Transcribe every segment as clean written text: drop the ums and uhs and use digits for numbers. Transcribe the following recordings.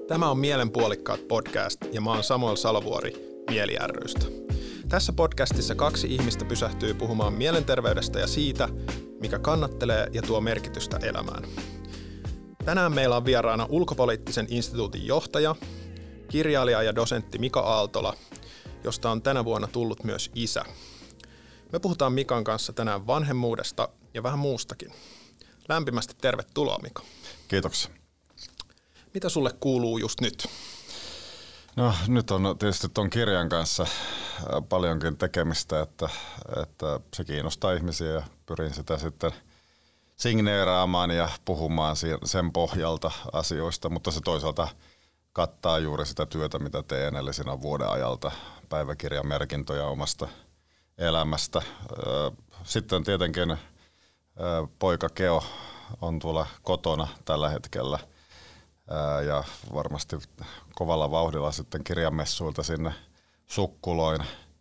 Tämä on Mielenpuolikkaat podcast ja mä oon Samuel Salovuori Mieli ry:stä. Tässä podcastissa kaksi ihmistä pysähtyy puhumaan mielenterveydestä ja siitä, mikä kannattelee ja tuo merkitystä elämään. Tänään meillä on vieraana Ulkopoliittisen instituutin johtaja, kirjailija ja dosentti Mika Aaltola, josta on tänä vuonna tullut myös isä. Me puhutaan Mikan kanssa tänään vanhemmuudesta ja vähän muustakin. Lämpimästi tervetuloa, Mika. Kiitoksia. Mitä sulle kuuluu just nyt? No nyt on tietysti tuon kirjan kanssa paljonkin tekemistä, että se kiinnostaa ihmisiä ja pyrin sitä sitten signeeraamaan ja puhumaan sen pohjalta asioista, mutta se toisaalta kattaa juuri sitä työtä, mitä teen, eli siinä on vuoden ajalta päiväkirjamerkintöjä omasta elämästä. Sitten tietenkin poika Keo on tuolla kotona tällä hetkellä ja varmasti kovalla vauhdilla sitten kirjamessuilta sinne sukkuloin.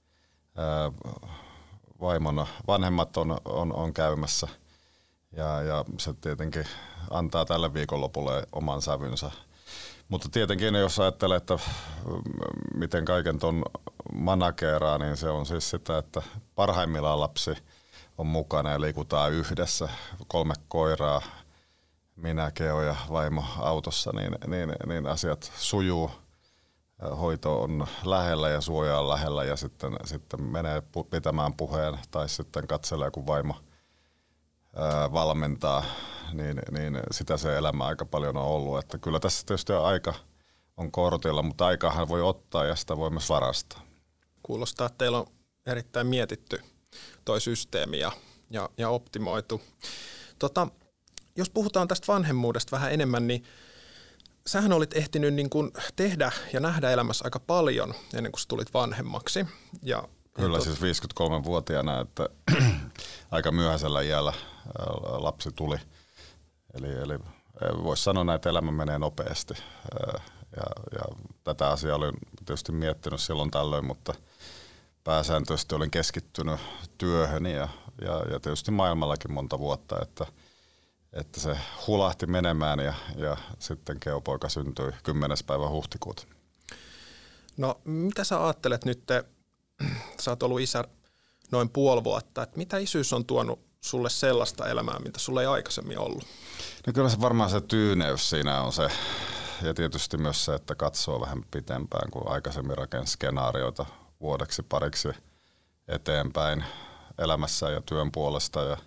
Vaimon vanhemmat on käymässä ja se tietenkin antaa tälle viikonlopulle oman sävynsä. Mutta tietenkin jos ajattelee, että miten kaiken ton manageeraa, niin se on siis sitä, että parhaimmillaan lapsi on mukana ja liikutaan yhdessä. 3 koiraa, minä, Keo ja vaimo autossa, niin asiat sujuu. Hoito on lähellä ja suoja on lähellä ja sitten menee pitämään puheen tai sitten katselee, kun vaimo valmentaa, niin sitä se elämä aika paljon on ollut. Että kyllä tässä tietysti aika on kortilla, mutta aikaahan voi ottaa ja sitä voi myös varastaa. Kuulostaa, että teillä on erittäin mietitty toi systeemi ja optimoitu. Jos puhutaan tästä vanhemmuudesta vähän enemmän, niin sähän olit ehtinyt niin kuin tehdä ja nähdä elämässä aika paljon ennen kuin sä tulit vanhemmaksi. Kyllä siis 53-vuotiaana, että aika myöhäisellä iällä lapsi tuli. Eli voisi sanoa, että elämä menee nopeasti. Ja tätä asiaa olin tietysti miettinyt silloin tällöin, mutta pääsääntöisesti olin keskittynyt työhöni ja tietysti maailmallakin monta vuotta, että se hulahti menemään ja sitten Keo-poika syntyi 10. päivä huhtikuuta. No mitä sä ajattelet nyt, sä oot ollut isä noin puoli vuotta, että mitä isyys on tuonut sulle sellaista elämää, mitä sulle ei aikaisemmin ollut? No kyllä se varmaan se tyyneys siinä on se ja tietysti myös se, että katsoo vähän pitempään kuin aikaisemmin rakensi skenaarioita vuodeksi pariksi eteenpäin elämässä ja työn puolesta ja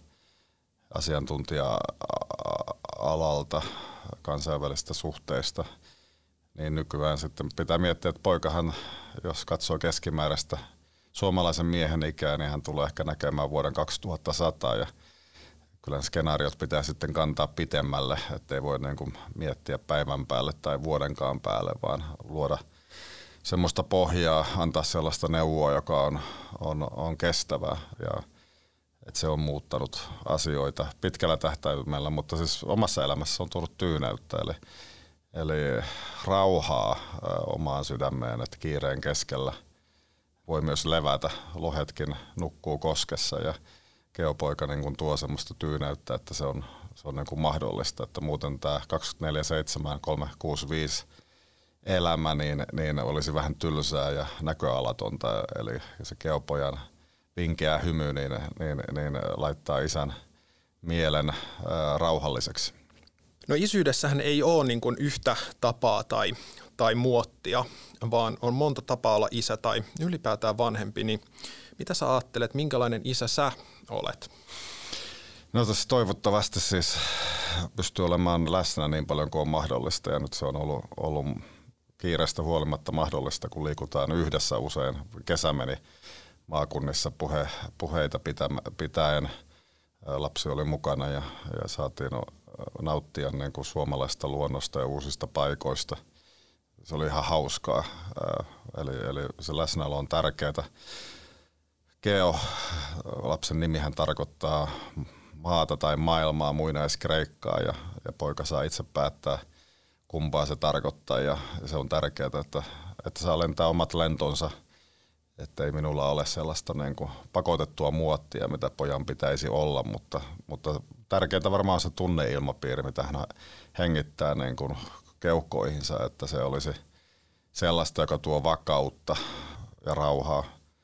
asiantuntija-alalta, kansainvälisistä suhteista, niin nykyään sitten pitää miettiä, että poikahan, jos katsoo keskimääräistä suomalaisen miehen ikää, niin hän tulee ehkä näkemään vuoden 2100 ja kyllä skenaariot pitää sitten kantaa pitemmälle, ettei voi niin kuin miettiä päivän päälle tai vuodenkaan päälle, vaan luoda semmoista pohjaa, antaa sellaista neuvoa, joka on kestävää ja että se on muuttanut asioita pitkällä tähtäimellä, mutta siis omassa elämässä on tullut tyyneyttä, eli rauhaa omaan sydämeen, että kiireen keskellä voi myös levätä. Lohetkin nukkuu koskessa ja Keo-poika niin kuin tuo semmoista tyyneyttä, että se on niin kuin mahdollista, että muuten tämä 24/7/365 elämä niin olisi vähän tylsää ja näköalatonta, eli se Keo-pojan vinkeä hymy niin laittaa isän mielen rauhalliseksi. No isyydessähän ei ole niin kuin yhtä tapaa tai muottia, vaan on monta tapaa olla isä tai ylipäätään vanhempi. Niin mitä sä ajattelet, minkälainen isä sä olet? No tässä toivottavasti siis pystyy olemaan läsnä niin paljon kuin on mahdollista ja nyt se on ollut kiireestä huolimatta mahdollista, kun liikutaan yhdessä usein. Kesä meni maakunnissa puheita pitäen. Lapsi oli mukana ja saatiin nauttia niin kuin suomalaista luonnosta ja uusista paikoista. Se oli ihan hauskaa. Eli se läsnäolo on tärkeää. Keo, lapsen nimihän tarkoittaa maata tai maailmaa, muinaiskreikkaa ja poika saa itse päättää, kumpaa se tarkoittaa. Ja se on tärkeää, että saa lentää omat lentonsa. Että ei minulla ole sellaista niin kuin pakotettua muottia, mitä pojan pitäisi olla, mutta tärkeintä varmaan on se tunneilmapiiri, mitä hän hengittää niin kuin keuhkoihinsa, että se olisi sellaista, joka tuo vakautta ja rauhaa.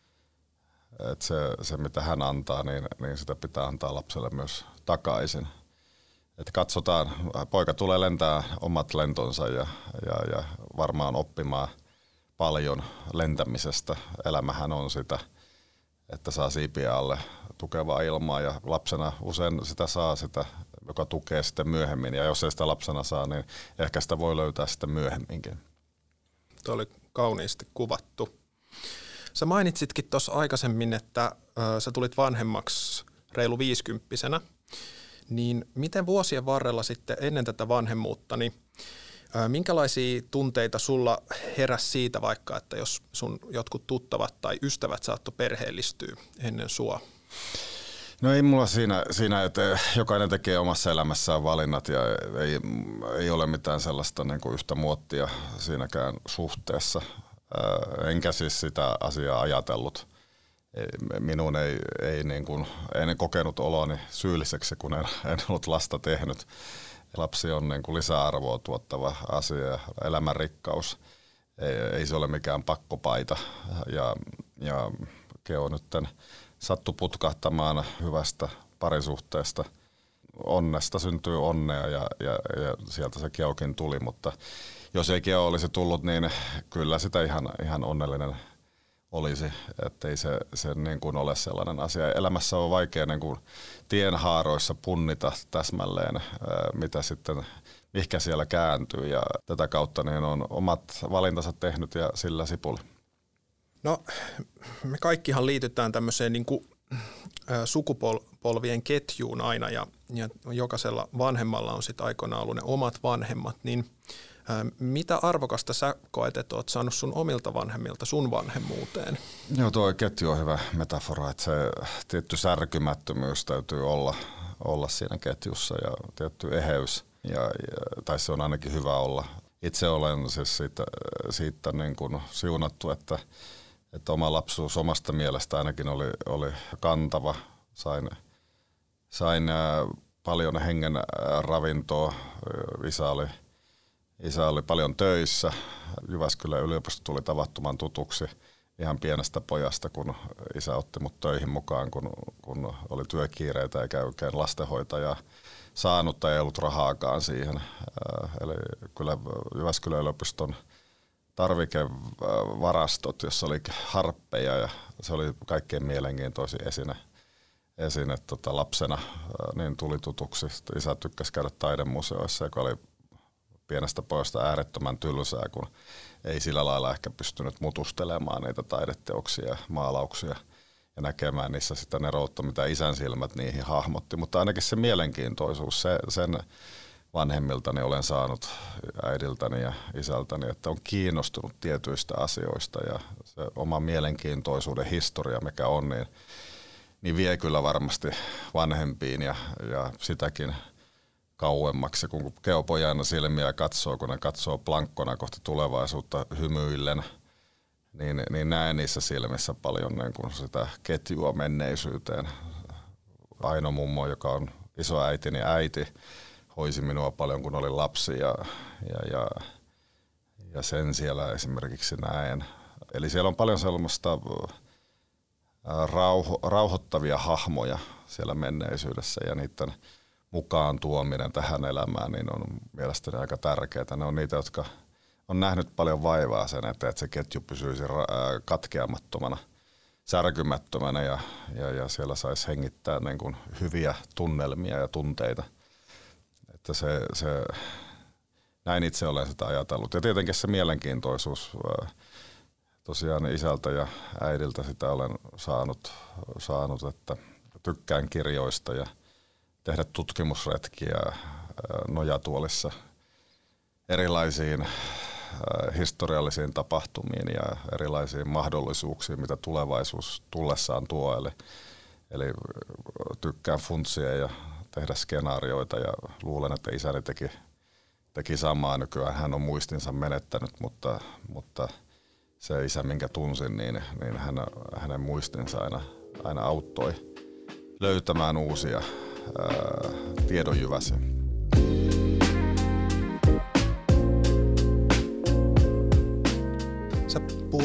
Että se mitä hän antaa, niin sitä pitää antaa lapselle myös takaisin. Että katsotaan, poika tulee lentää omat lentonsa ja varmaan oppimaan paljon lentämisestä. Elämähän on sitä, että saa siipiä alle tukevaa ilmaa ja lapsena usein sitä saa sitä, joka tukee sitten myöhemmin. Ja jos ei sitä lapsena saa, niin ehkä sitä voi löytää sitten myöhemminkin. Tuo oli kauniisti kuvattu. Sä mainitsitkin tuossa aikaisemmin, että sä tulit vanhemmaksi reilu 50-vuotiaana. Niin miten vuosien varrella sitten ennen tätä vanhemmuutta, niin minkälaisia tunteita sulla heräsi siitä vaikka, että jos sun jotkut tuttavat tai ystävät saattoi perheellistyä ennen sua? No ei mulla siinä, että jokainen tekee omassa elämässään valinnat ja ei ole mitään sellaista niin kuin yhtä muottia siinäkään suhteessa. Enkä siis sitä asiaa ajatellut. Minun ei niin kuin, en kokenut oloni syylliseksi, kun en ollut lasta tehnyt. Lapsi on niin kuin lisäarvoa tuottava asia ja elämän rikkaus. Ei se ole mikään pakkopaita. Ja Keo nyt sattui putkahtamaan hyvästä parisuhteesta. Onnesta syntyy onnea ja sieltä se Keokin tuli, mutta jos ei Keo olisi tullut, niin kyllä sitä ihan onnellinen olisi, ettei se niin kuin ole sellainen asia. Elämässä on vaikea niin kuin tienhaaroissa punnita täsmälleen, mitä sitten, mihinkä siellä kääntyy ja tätä kautta niin on omat valintansa tehnyt ja sillä sipuli. No me kaikkihan liitytään tämmöiseen niin kuin sukupolvien ketjuun aina ja jokaisella vanhemmalla on sitten aikoinaan ollut ne omat vanhemmat, niin mitä arvokasta sä koet, että oot saanut sun omilta vanhemmilta sun vanhemmuuteen? Joo, tuo ketju on hyvä metafora, että se tietty särkymättömyys täytyy olla siinä ketjussa ja tietty eheys, tai se on ainakin hyvä olla. Itse olen siis siitä niin kuin siunattu, että oma lapsuus omasta mielestä ainakin oli kantava. Sain paljon hengen ravintoa, Isä oli paljon töissä. Jyväskylän yliopisto tuli tavattoman tutuksi ihan pienestä pojasta, kun isä otti mut töihin mukaan, kun oli työkiireitä eikä oikein lastenhoitajaa saanut tai ei ollut rahaakaan siihen. Eli kyllä Jyväskylän yliopiston tarvikevarastot, jossa oli harppeja ja se oli kaikkein mielenkiintoisin esine lapsena, niin tuli tutuksi. Isä tykkäsi käydä taidemuseoissa, joka oli pienestä pojasta äärettömän tylsää, kun ei sillä lailla ehkä pystynyt mutustelemaan niitä taideteoksia ja maalauksia ja näkemään niissä sitä neroutta, mitä isän silmät niihin hahmotti. Mutta ainakin se mielenkiintoisuus, sen vanhemmiltani olen saanut äidiltäni ja isältäni, että on kiinnostunut tietyistä asioista ja se oma mielenkiintoisuuden historia, mikä on, niin vie kyllä varmasti vanhempiin ja sitäkin kauemmaksi, kun Keopojan silmiä katsoo, kun ne katsoo plankkona kohti tulevaisuutta hymyillen, niin näen niissä silmissä paljon niin kuin sitä ketjua menneisyyteen. Aino mummo, joka on isoäitini äiti, hoisi minua paljon, kun olin lapsi ja sen siellä esimerkiksi näen. Eli siellä on paljon sellaista rauhoittavia hahmoja siellä menneisyydessä ja niiden mukaan tuominen tähän elämään niin on mielestäni aika tärkeää. Ne on niitä, jotka on nähnyt paljon vaivaa sen eteen, että se ketju pysyisi katkeamattomana, särkymättömänä ja siellä saisi hengittää niin kuin hyviä tunnelmia ja tunteita. Että näin itse olen sitä ajatellut. Ja tietenkin se mielenkiintoisuus, tosiaan isältä ja äidiltä sitä olen saanut, että tykkään kirjoista ja tehdä tutkimusretkiä nojatuolissa erilaisiin historiallisiin tapahtumiin ja erilaisiin mahdollisuuksiin, mitä tulevaisuus tullessaan tuo. Eli tykkään funtsia ja tehdä skenaarioita ja luulen, että isäni teki samaa. Nykyään hän on muistinsa menettänyt, mutta se isä, minkä tunsin, niin hänen muistinsa aina auttoi löytämään uusia tiedonjyväsiä.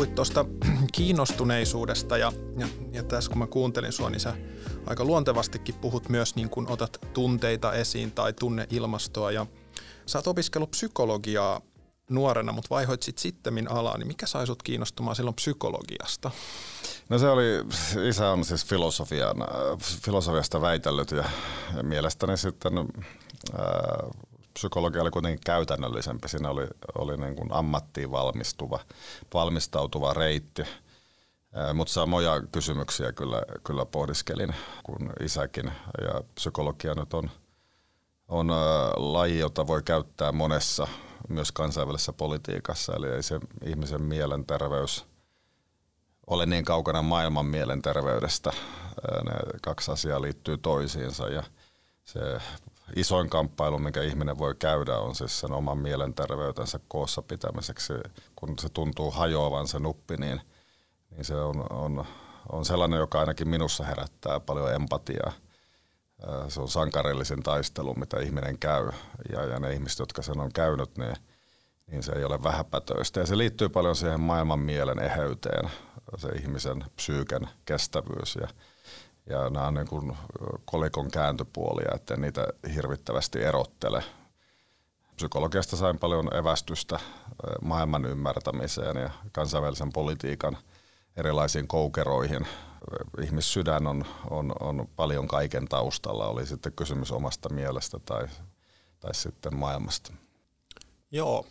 puhuit tuosta kiinnostuneisuudesta ja tässä kun mä kuuntelin sua, niin sä aika luontevastikin puhut myös, niin kun otat tunteita esiin tai tunneilmastoa. Ja sä oot opiskellut psykologiaa nuorena, mutta vaihoit sittemmin alaa, niin mikä sai sut kiinnostumaan silloin psykologiasta? No se oli, isä on siis filosofiasta väitellyt ja mielestäni sitten psykologia oli kuitenkin käytännöllisempi. Siinä oli niin kuin ammattiin valmistautuva reitti, mutta samoja kysymyksiä kyllä pohdiskelin kuin isäkin. Ja psykologia nyt on laji, jota voi käyttää monessa, myös kansainvälisessä politiikassa. Eli ei se ihmisen mielenterveys ole niin kaukana maailman mielenterveydestä. Ne kaksi asiaa liittyy toisiinsa ja se isoin kamppailu, minkä ihminen voi käydä, on siis sen oman mielenterveytensä koossa pitämiseksi. Kun se tuntuu hajoavan se nuppi, niin se on sellainen, joka ainakin minussa herättää paljon empatiaa. Se on sankarillisin taistelu, mitä ihminen käy. Ja ne ihmiset, jotka sen on käynyt, niin se ei ole vähäpätöistä. Ja se liittyy paljon siihen maailman mielen eheyteen, se ihmisen psyyken kestävyys. Ja nämä on niin kuin kolikon kääntöpuolia, että niitä hirvittävästi erottele. Psykologiasta sain paljon evästystä maailman ymmärtämiseen ja kansainvälisen politiikan erilaisiin koukeroihin. Ihmissydän on paljon kaiken taustalla, oli sitten kysymys omasta mielestä tai sitten maailmasta. Joo.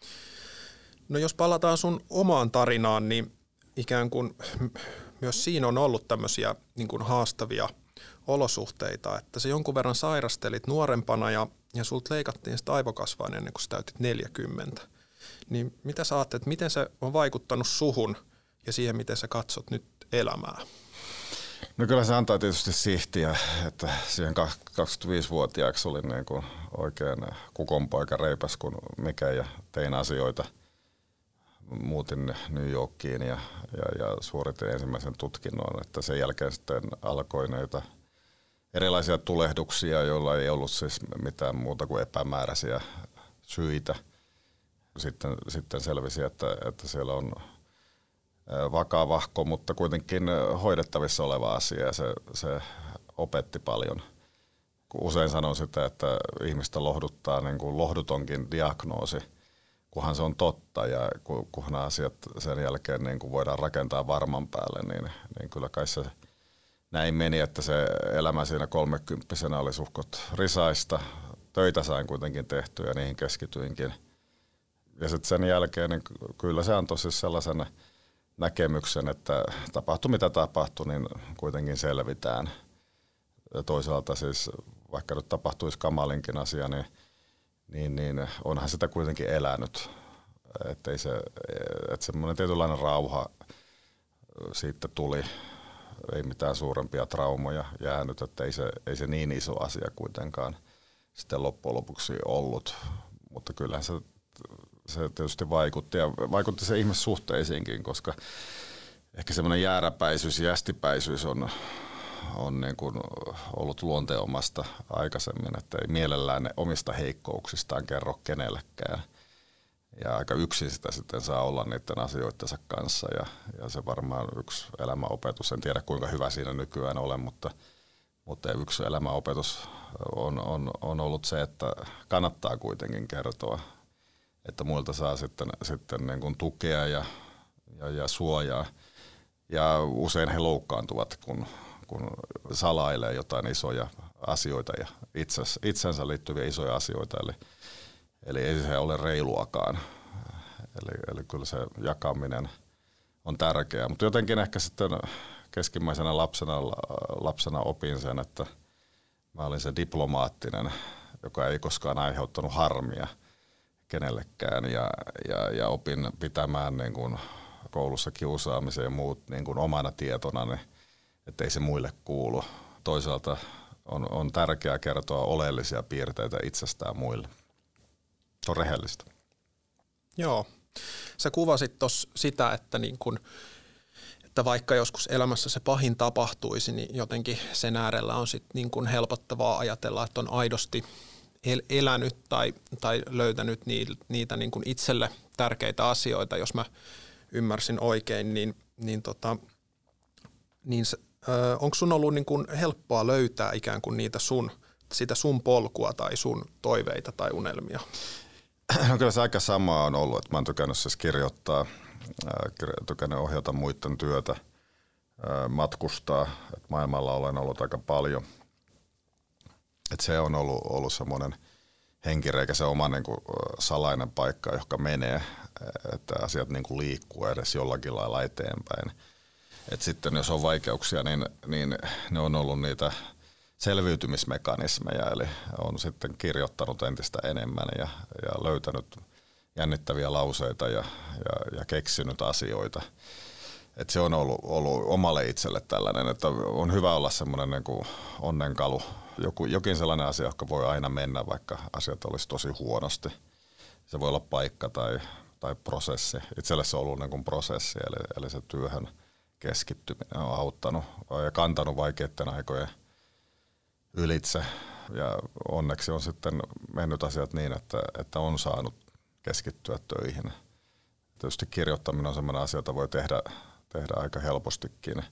No jos palataan sun omaan tarinaan, niin ikään kuin myös siinä on ollut tämmöisiä niin kuin haastavia olosuhteita, että sä jonkun verran sairastelit nuorempana ja sulta leikattiin sitä aivokasvain ennen kuin sä täytit 40. Niin mitä sä ajattelet, miten se on vaikuttanut suhun ja siihen, miten sä katsot nyt elämää? No kyllä se antaa tietysti sihtiä, että siihen 25-vuotiaaksi olin niin kuin oikein kukonpoika reipäs kuin mikä ja tein asioita. Muutin New Yorkiin ja suoritin ensimmäisen tutkinnon, että sen jälkeen sitten alkoi näitä erilaisia tulehduksia, joilla ei ollut siis mitään muuta kuin epämääräisiä syitä. Sitten selvisi, että siellä on vakavahko, mutta kuitenkin hoidettavissa oleva asia ja se opetti paljon. Usein sanon sitä, että ihmistä lohduttaa niin kuin lohdutonkin diagnoosi, kunhan se on totta ja kunhan asiat sen jälkeen niin kuin voidaan rakentaa varman päälle, niin kyllä kai se näin meni, että se elämä siinä 30-vuotiaana oli suhkot risaista. Töitä sain kuitenkin tehtyä ja niihin keskityinkin. Ja sitten sen jälkeen niin kyllä se antoi siis sellaisen näkemyksen, että tapahtui mitä tapahtui, niin kuitenkin selvitään. Ja toisaalta siis vaikka nyt tapahtuisi kamalinkin asia, niin onhan sitä kuitenkin elänyt. Että semmoinen tietynlainen rauha siitä tuli. Ei mitään suurempia traumoja jäänyt, että ei se niin iso asia kuitenkaan sitten loppujen lopuksi ollut. Mutta kyllähän se tietysti vaikutti ja vaikutti se ihmissuhteisiinkin, koska ehkä semmoinen jääräpäisyys ja jästipäisyys on niin kuin ollut luonteomasta aikaisemmin, että ei mielellään ne omista heikkouksistaan kerro kenellekään. Ja aika yksin sitä sitten saa olla niiden asioittensa kanssa ja se varmaan yksi elämäopetus, en tiedä kuinka hyvä siinä nykyään olen, mutta yksi elämäopetus on ollut se, että kannattaa kuitenkin kertoa, että muilta saa sitten niin kuin tukea ja suojaa. Ja usein he loukkaantuvat, kun salailee jotain isoja asioita ja itsensä liittyviä isoja asioita, eli ei se ole reiluakaan. Eli kyllä se jakaminen on tärkeää, mutta jotenkin ehkä sitten keskimmäisenä lapsena opin sen, että mä olin se diplomaattinen, joka ei koskaan aiheuttanut harmia kenellekään ja opin pitämään niin kuin koulussa kiusaamisen ja muut niin kuin omana tietona, niin ettei se muille kuulu. Toisaalta on tärkeää kertoa oleellisia piirteitä itsestään muille. Se on rehellistä. Joo. Sä kuvasit tuossa sitä, että vaikka joskus elämässä se pahin tapahtuisi, niin jotenkin sen äärellä on sit niin kuin helpottavaa ajatella, että on aidosti elänyt tai löytänyt niitä niin kuin itselle tärkeitä asioita. Jos mä ymmärsin oikein, onko sun ollut niin kuin helppoa löytää ikään kuin sitä sun polkua tai sun toiveita tai unelmia? No kyllä se aika sama on ollut, että mä oon tykännyt siis kirjoittaa, tykännyt ohjata muiden työtä, matkustaa, että maailmalla olen ollut aika paljon. Että se on ollut semmoinen henkireikä, se oma niin kuin salainen paikka, joka menee, että asiat niin kuin liikkuu edes jollakin lailla eteenpäin. Et sitten jos on vaikeuksia, niin ne on ollut niitä selviytymismekanismeja, eli on sitten kirjoittanut entistä enemmän ja löytänyt jännittäviä lauseita ja keksinyt asioita. Et se on ollut omalle itselle tällainen, että on hyvä olla semmoinen niin kuin onnenkalu. Jokin sellainen asia, joka voi aina mennä, vaikka asiat olisi tosi huonosti. Se voi olla paikka tai prosessi. Itselle se on ollut niin kuin prosessi, eli se työhön keskittyminen on auttanut ja kantanut vaikeiden aikojen ylitse. Ja onneksi on sitten mennyt asiat niin, että on saanut keskittyä töihin. Tietysti kirjoittaminen on sellainen asia, jota voi tehdä aika helpostikin.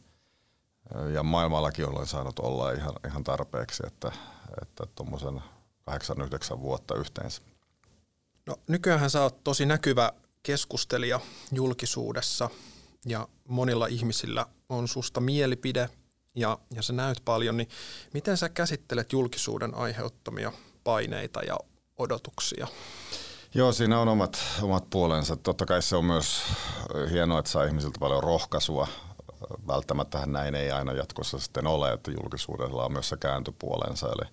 Ja maailmallakin olen saanut olla ihan tarpeeksi, että tuommoisen 8-9 vuotta yhteensä. No, nykyäänhän sä oot tosi näkyvä keskustelija julkisuudessa ja monilla ihmisillä on susta mielipide ja sä näyt paljon, niin miten sä käsittelet julkisuuden aiheuttamia paineita ja odotuksia? Joo, siinä on omat puolensa. Totta kai se on myös hienoa, että saa ihmisiltä paljon rohkaisua. Välttämättähän näin ei aina jatkossa sitten ole, että julkisuudella on myös se kääntöpuolensa. Eli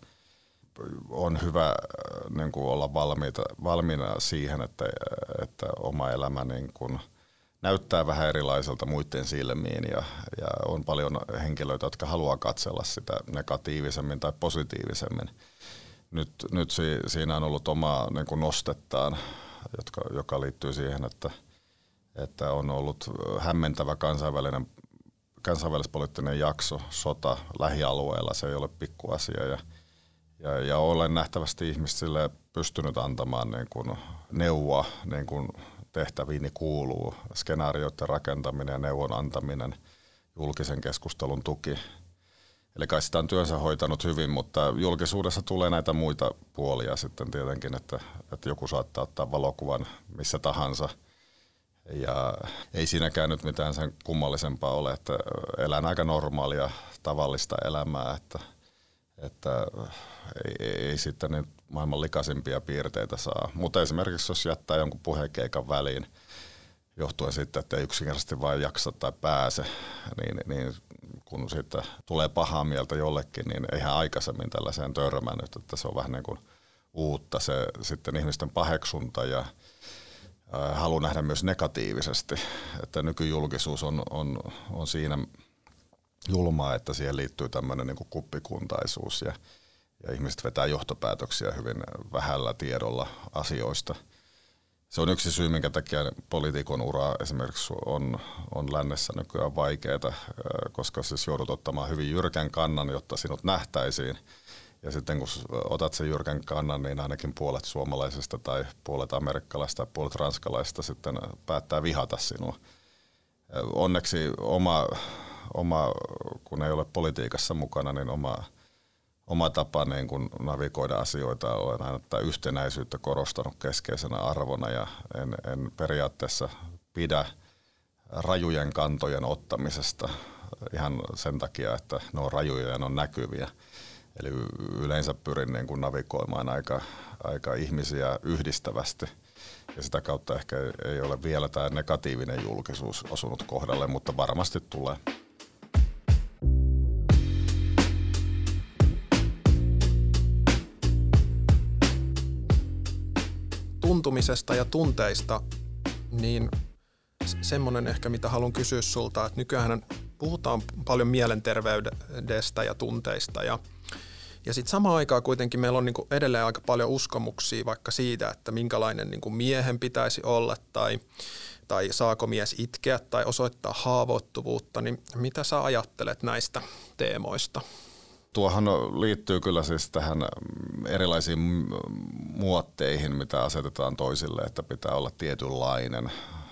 on hyvä niin kuin olla valmiina siihen, että oma elämä niin kuin näyttää vähän erilaiselta muiden silmiin ja on paljon henkilöitä, jotka haluaa katsella sitä negatiivisemmin tai positiivisemmin. Nyt siinä on ollut omaa niin kuin nostettaan, joka liittyy siihen, että on ollut hämmentävä kansainvälispoliittinen jakso, sota lähialueella, se ei ole pikkuasia ja olen nähtävästi ihmisille pystynyt antamaan niin kuin neuvoa, niin kuin tehtäviini kuuluu, skenaarioiden rakentaminen ja neuvon antaminen, julkisen keskustelun tuki. Eli kai sitä on työnsä hoitanut hyvin, mutta julkisuudessa tulee näitä muita puolia sitten tietenkin, että joku saattaa ottaa valokuvan missä tahansa. Ja ei siinäkään nyt mitään sen kummallisempaa ole, että elän aika normaalia, tavallista elämää, että ei sitten nyt maailman likaisimpia piirteitä saa. Mutta esimerkiksi jos jättää jonkun puhekeikan väliin, johtuen siitä, että ei yksinkertaisesti vain jaksa tai pääse, niin kun siitä tulee pahaa mieltä jollekin, niin eihän aikaisemmin tällaiseen törmännyt, että se on vähän niin kuin uutta. Se sitten ihmisten paheksunta ja halu nähdä myös negatiivisesti, että nykyjulkisuus on siinä julmaa, että siihen liittyy tämmöinen niin kuin kuppikuntaisuus ja ihmiset vetää johtopäätöksiä hyvin vähällä tiedolla asioista. Se on yksi syy, minkä takia poliitikon ura esimerkiksi on lännessä nykyään vaikeaa, koska siis joudut ottamaan hyvin jyrkän kannan, jotta sinut nähtäisiin. Ja sitten kun otat sen jyrkän kannan, niin ainakin puolet suomalaisista tai puolet amerikkalaisista tai puolet ranskalaisista sitten päättää vihata sinua. Onneksi oma kun ei ole politiikassa mukana, niin oma tapa niin kun navigoida asioita, olen aina tätä yhtenäisyyttä korostanut keskeisenä arvona ja en periaatteessa pidä rajujen kantojen ottamisesta ihan sen takia, että ne on rajuja ja ne on näkyviä. Eli yleensä pyrin niin kun navigoimaan aika ihmisiä yhdistävästi ja sitä kautta ehkä ei ole vielä tämä negatiivinen julkisuus osunut kohdalle, mutta varmasti tulee. Tuntumisesta ja tunteista, niin semmoinen ehkä, mitä haluan kysyä sulta, että nykyään puhutaan paljon mielenterveydestä ja tunteista ja sitten samaan aikaan kuitenkin meillä on niinku edelleen aika paljon uskomuksia vaikka siitä, että minkälainen niinku miehen pitäisi olla tai saako mies itkeä tai osoittaa haavoittuvuutta, niin mitä sä ajattelet näistä teemoista? Tuohan liittyy kyllä siis tähän erilaisiin muotteihin, mitä asetetaan toisille, että pitää olla tietynlainen.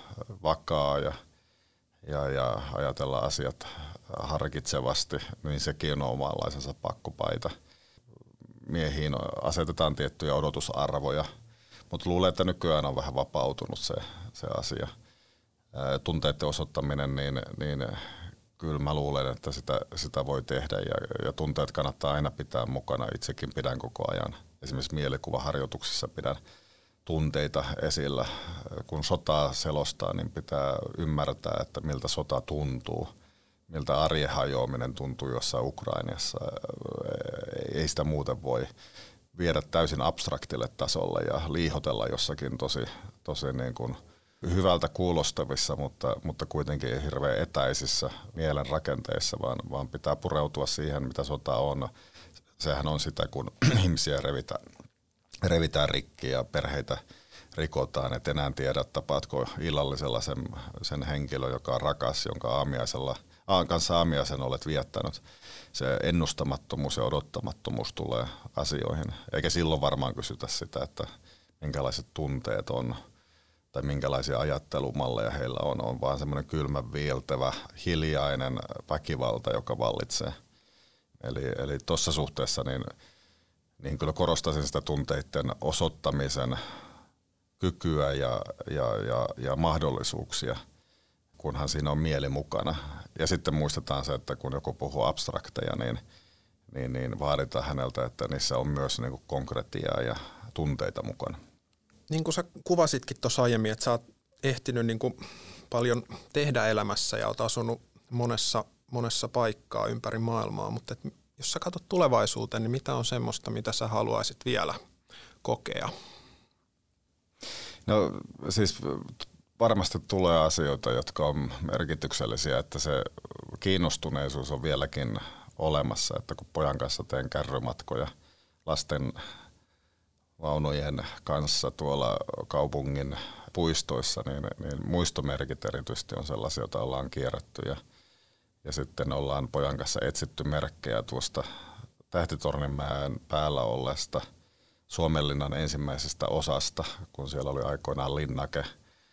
vakaa ja ajatella asiat harkitsevasti, niin sekin on omanlaisensa pakkopaita. Miehiin asetetaan tiettyjä odotusarvoja, mutta luulen, että nykyään on vähän vapautunut se asia. Tunteiden osoittaminen, niin kyllä mä luulen, että sitä voi tehdä ja tunteet kannattaa aina pitää mukana. Itsekin pidän koko ajan. Esimerkiksi mielikuvaharjoituksissa pidän tunteita esillä. Kun sotaa selostaa, niin pitää ymmärtää, että miltä sota tuntuu, miltä arjen hajoaminen tuntuu jossain Ukrainassa. Ei sitä muuten voi viedä täysin abstraktille tasolle ja liihotella jossakin tosi niin kuin hyvältä kuulostavissa, mutta kuitenkin hirveän etäisissä mielen rakenteissa, vaan pitää pureutua siihen, mitä sota on. Sehän on sitä, kun ihmisiä revitään rikki ja perheitä rikotaan, et enää tiedä, tapaatko illallisella sen henkilö, joka on rakas, jonka kanssa aamiaisen olet viettänyt. Se ennustamattomuus ja odottamattomuus tulee asioihin. Eikä silloin varmaan kysytä sitä, että minkälaiset tunteet on tai minkälaisia ajattelumalleja heillä on vaan semmoinen kylmä, viiltävä, hiljainen väkivalta, joka vallitsee. Eli tuossa suhteessa niin kyllä korostaisin sitä tunteiden osoittamisen kykyä ja mahdollisuuksia, kunhan siinä on mieli mukana. Ja sitten muistetaan se, että kun joku puhuu abstrakteja, niin vaaditaan häneltä, että niissä on myös niin kuin konkretiaa ja tunteita mukana. Niin kuin sä kuvasitkin tuossa aiemmin, että sä oot ehtinyt niin kuin paljon tehdä elämässä ja oot asunut monessa paikkaa ympäri maailmaa, mutta jos sä katsot tulevaisuuteen, niin mitä on semmoista, mitä sä haluaisit vielä kokea? No siis varmasti tulee asioita, jotka on merkityksellisiä, että se kiinnostuneisuus on vieläkin olemassa, että kun pojan kanssa teen kärrymatkoja lasten vaunujen kanssa tuolla kaupungin puistoissa, niin muistomerkit erityisesti on sellaisia, joita ollaan kierretty ja sitten ollaan pojan kanssa etsitty merkkejä tuosta Tähtitorninmäen päällä olleesta Suomenlinnan ensimmäisestä osasta, kun siellä oli aikoinaan linnake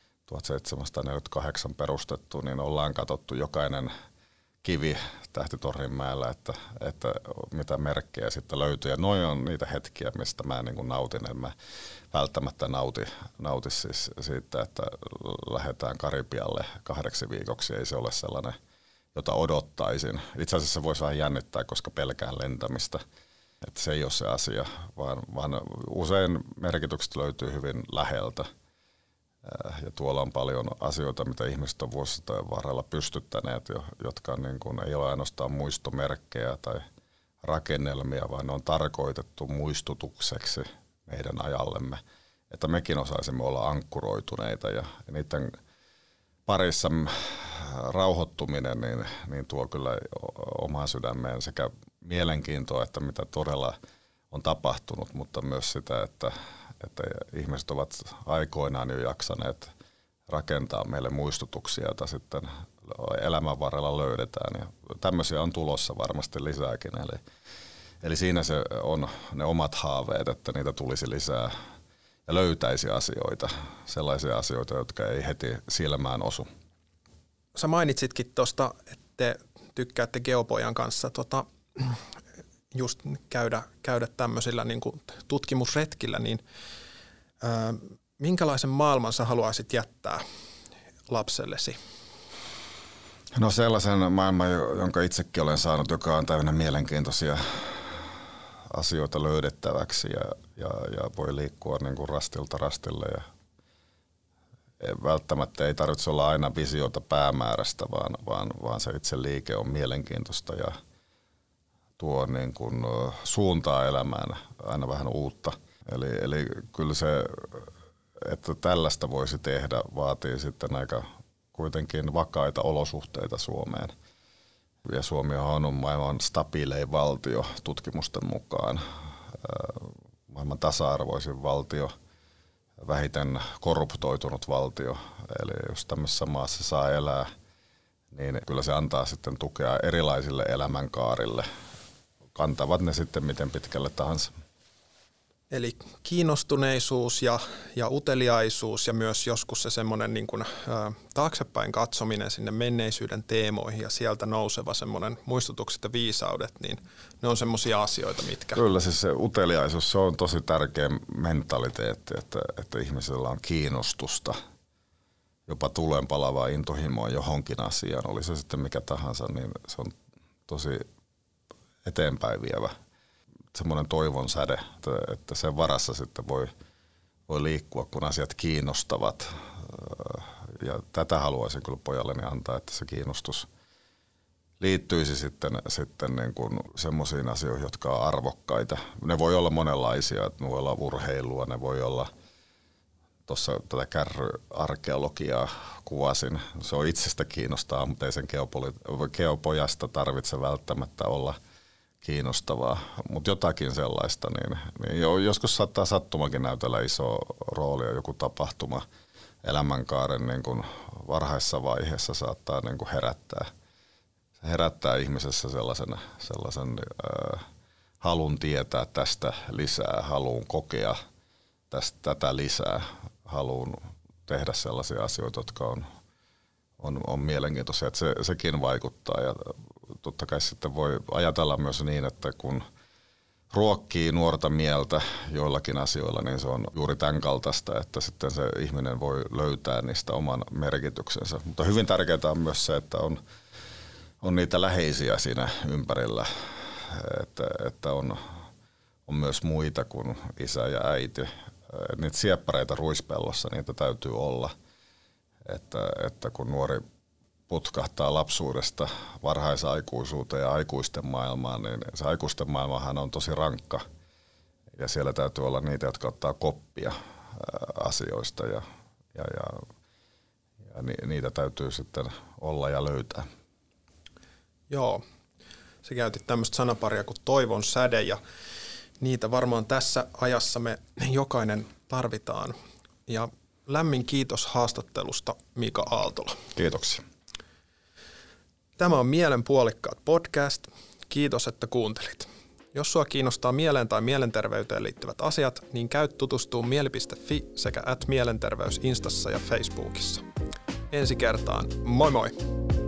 1748 perustettu, niin ollaan katsottu jokainen kivi Tähtitorninmäellä, että mitä merkkejä sitten löytyy. Ja noin on niitä hetkiä, mistä mä niin kuin nautin. En mä välttämättä nauti siis siitä, että lähdetään Karibialle 8 viikoksi. Ei se ole sellainen, jota odottaisin. Itse asiassa voisi vähän jännittää, koska pelkään lentämistä. Että se ei ole se asia, vaan usein merkitykset löytyy hyvin läheltä. Ja tuolla on paljon asioita, mitä ihmiset on vuosisatojen varrella pystyttäneet, jotka niin kuin ei ole ainoastaan muistomerkkejä tai rakennelmia, vaan ne on tarkoitettu muistutukseksi meidän ajallemme, että mekin osaisimme olla ankkuroituneita ja niiden parissa rauhoittuminen niin tuo kyllä omaan sydämeen sekä mielenkiintoa, että mitä todella on tapahtunut, mutta myös sitä, että ihmiset ovat aikoinaan jo jaksaneet rakentaa meille muistutuksia, joita sitten elämän varrella löydetään. Ja tämmöisiä on tulossa varmasti lisääkin. Eli siinä se on ne omat haaveet, että niitä tulisi lisää ja löytäisi asioita, sellaisia asioita, jotka ei heti silmään osu. Sä mainitsitkin tuosta, että te tykkäätte Geopojan kanssa just käydä tämmöisillä niin kuin tutkimusretkillä, niin minkälaisen maailman sä haluaisit jättää lapsellesi? No sellaisen maailman, jonka itsekin olen saanut, joka on täynnä mielenkiintoisia asioita löydettäväksi ja voi liikkua niin kuin rastilta rastille. Ja välttämättä ei tarvitse olla aina visiota päämäärästä, vaan se itse liike on mielenkiintoista ja tuo niin kuin suuntaa elämään aina vähän uutta. Eli kyllä se, että tällaista voisi tehdä, vaatii sitten aika kuitenkin vakaita olosuhteita Suomeen. Ja Suomi on maailman stabiilein valtio tutkimusten mukaan, maailman tasa-arvoisin valtio, vähiten korruptoitunut valtio. Eli jos tämmöisessä maassa saa elää, niin kyllä se antaa sitten tukea erilaisille elämänkaarille. Kantavat ne sitten miten pitkälle tahansa. Eli kiinnostuneisuus ja uteliaisuus ja myös joskus se semmoinen niin kuin, taaksepäin katsominen sinne menneisyyden teemoihin ja sieltä nouseva semmoinen muistutukset ja viisaudet, niin ne on semmoisia asioita, mitkä... Kyllä, siis se uteliaisuus, se on tosi tärkeä mentaliteetti, että ihmisellä on kiinnostusta, jopa tulenpalavaa intohimoa johonkin asiaan, oli se sitten mikä tahansa, niin se on tosi eteenpäin vievä. Semmoinen toivon säde, että sen varassa sitten voi liikkua, kun asiat kiinnostavat. Ja tätä haluaisin kyllä pojalleni antaa, että se kiinnostus liittyisi sitten niin kuin semmoisiin asioihin, jotka on arvokkaita. Ne voi olla monenlaisia, ne voi olla urheilua, ne voi olla, tuossa tätä kärryarkeologiaa kuvasin, se on itsestä kiinnostaa, mutta ei sen geopojasta tarvitse välttämättä olla kiinnostavaa, mutta jotakin sellaista, niin joskus saattaa sattumakin näytellä iso roolia, joku tapahtuma elämänkaaren niin kuin varhaisessa vaiheessa saattaa niin kuin herättää ihmisessä sellaisen halun tietää tästä lisää, halun kokea tätä lisää, halun tehdä sellaisia asioita, jotka on mielenkiintoisia, että sekin vaikuttaa ja totta kai sitten voi ajatella myös niin, että kun ruokkii nuorta mieltä joillakin asioilla, niin se on juuri tämän kaltaista, että sitten se ihminen voi löytää niistä oman merkityksensä. Mutta hyvin tärkeää on myös se, että on niitä läheisiä siinä ympärillä, että on myös muita kuin isä ja äiti. Niitä sieppareita ruispellossa, niitä täytyy olla, että kun nuori putkahtaa lapsuudesta varhaisaikuisuuteen ja aikuisten maailmaan, niin se aikuisten maailmahan on tosi rankka. Ja siellä täytyy olla niitä, jotka ottaa koppia asioista ja niitä täytyy sitten olla ja löytää. Joo, sä käytit tämmöistä sanaparia kuin toivon säde ja niitä varmaan tässä ajassa me jokainen tarvitaan. Ja lämmin kiitos haastattelusta Mika Aaltola. Kiitoksia. Tämä on Mielen puolikkaat podcast. Kiitos, että kuuntelit. Jos sua kiinnostaa mieleen tai mielenterveyteen liittyvät asiat, niin käy tutustuu mieli.fi sekä @mielenterveys Instassa ja Facebookissa. Ensi kertaan, moi moi!